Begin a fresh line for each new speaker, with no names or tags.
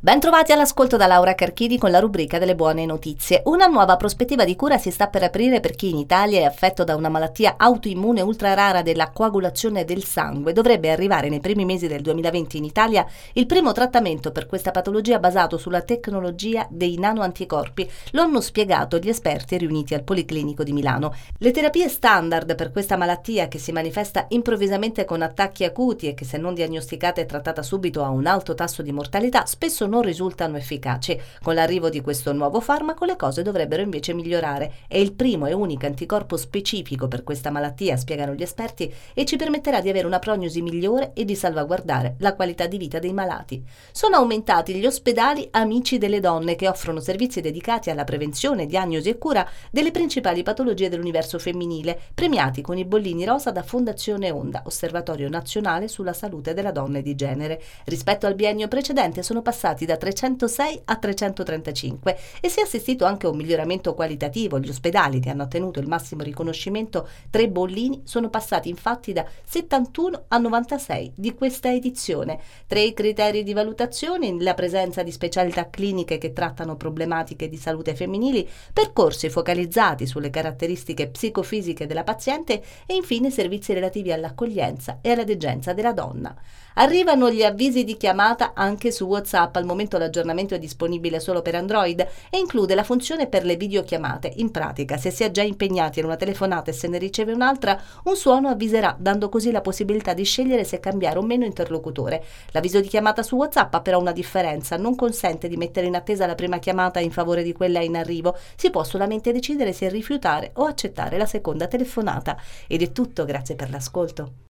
Bentrovati all'ascolto da Laura Carchidi con la rubrica delle buone notizie. Una nuova prospettiva di cura si sta per aprire per chi in Italia è affetto da una malattia autoimmune ultra rara della coagulazione del sangue. Dovrebbe arrivare nei primi mesi del 2020 in Italia il primo trattamento per questa patologia basato sulla tecnologia dei nanoanticorpi. Lo hanno spiegato gli esperti riuniti al Policlinico di Milano. Le terapie standard per questa malattia, che si manifesta improvvisamente con attacchi acuti e che, se non diagnosticata e trattata subito, ha un alto tasso di mortalità, spesso non risultano efficaci. Con l'arrivo di questo nuovo farmaco le cose dovrebbero invece migliorare. È il primo e unico anticorpo specifico per questa malattia, spiegano gli esperti, e ci permetterà di avere una prognosi migliore e di salvaguardare la qualità di vita dei malati. Sono aumentati gli ospedali Amici delle Donne, che offrono servizi dedicati alla prevenzione, diagnosi e cura delle principali patologie dell'universo femminile, premiati con i bollini rosa da Fondazione Onda, Osservatorio Nazionale sulla Salute della Donna e di Genere. Rispetto al biennio precedente sono passati da 306 a 335 e si è assistito anche a un miglioramento qualitativo. Gli ospedali che hanno ottenuto il massimo riconoscimento 3 bollini sono passati infatti da 71 a 96 di questa edizione. 3 i criteri di valutazione: la presenza di specialità cliniche che trattano problematiche di salute femminili, percorsi focalizzati sulle caratteristiche psicofisiche della paziente e infine servizi relativi all'accoglienza e alla degenza della donna. Arrivano gli avvisi di chiamata anche su WhatsApp. Al momento l'aggiornamento è disponibile solo per Android e include la funzione per le videochiamate. In pratica, se si è già impegnati in una telefonata e se ne riceve un'altra, un suono avviserà, dando così la possibilità di scegliere se cambiare o meno interlocutore. L'avviso di chiamata su WhatsApp ha però una differenza: non consente di mettere in attesa la prima chiamata in favore di quella in arrivo. Si può solamente decidere se rifiutare o accettare la seconda telefonata. Ed è tutto, grazie per l'ascolto.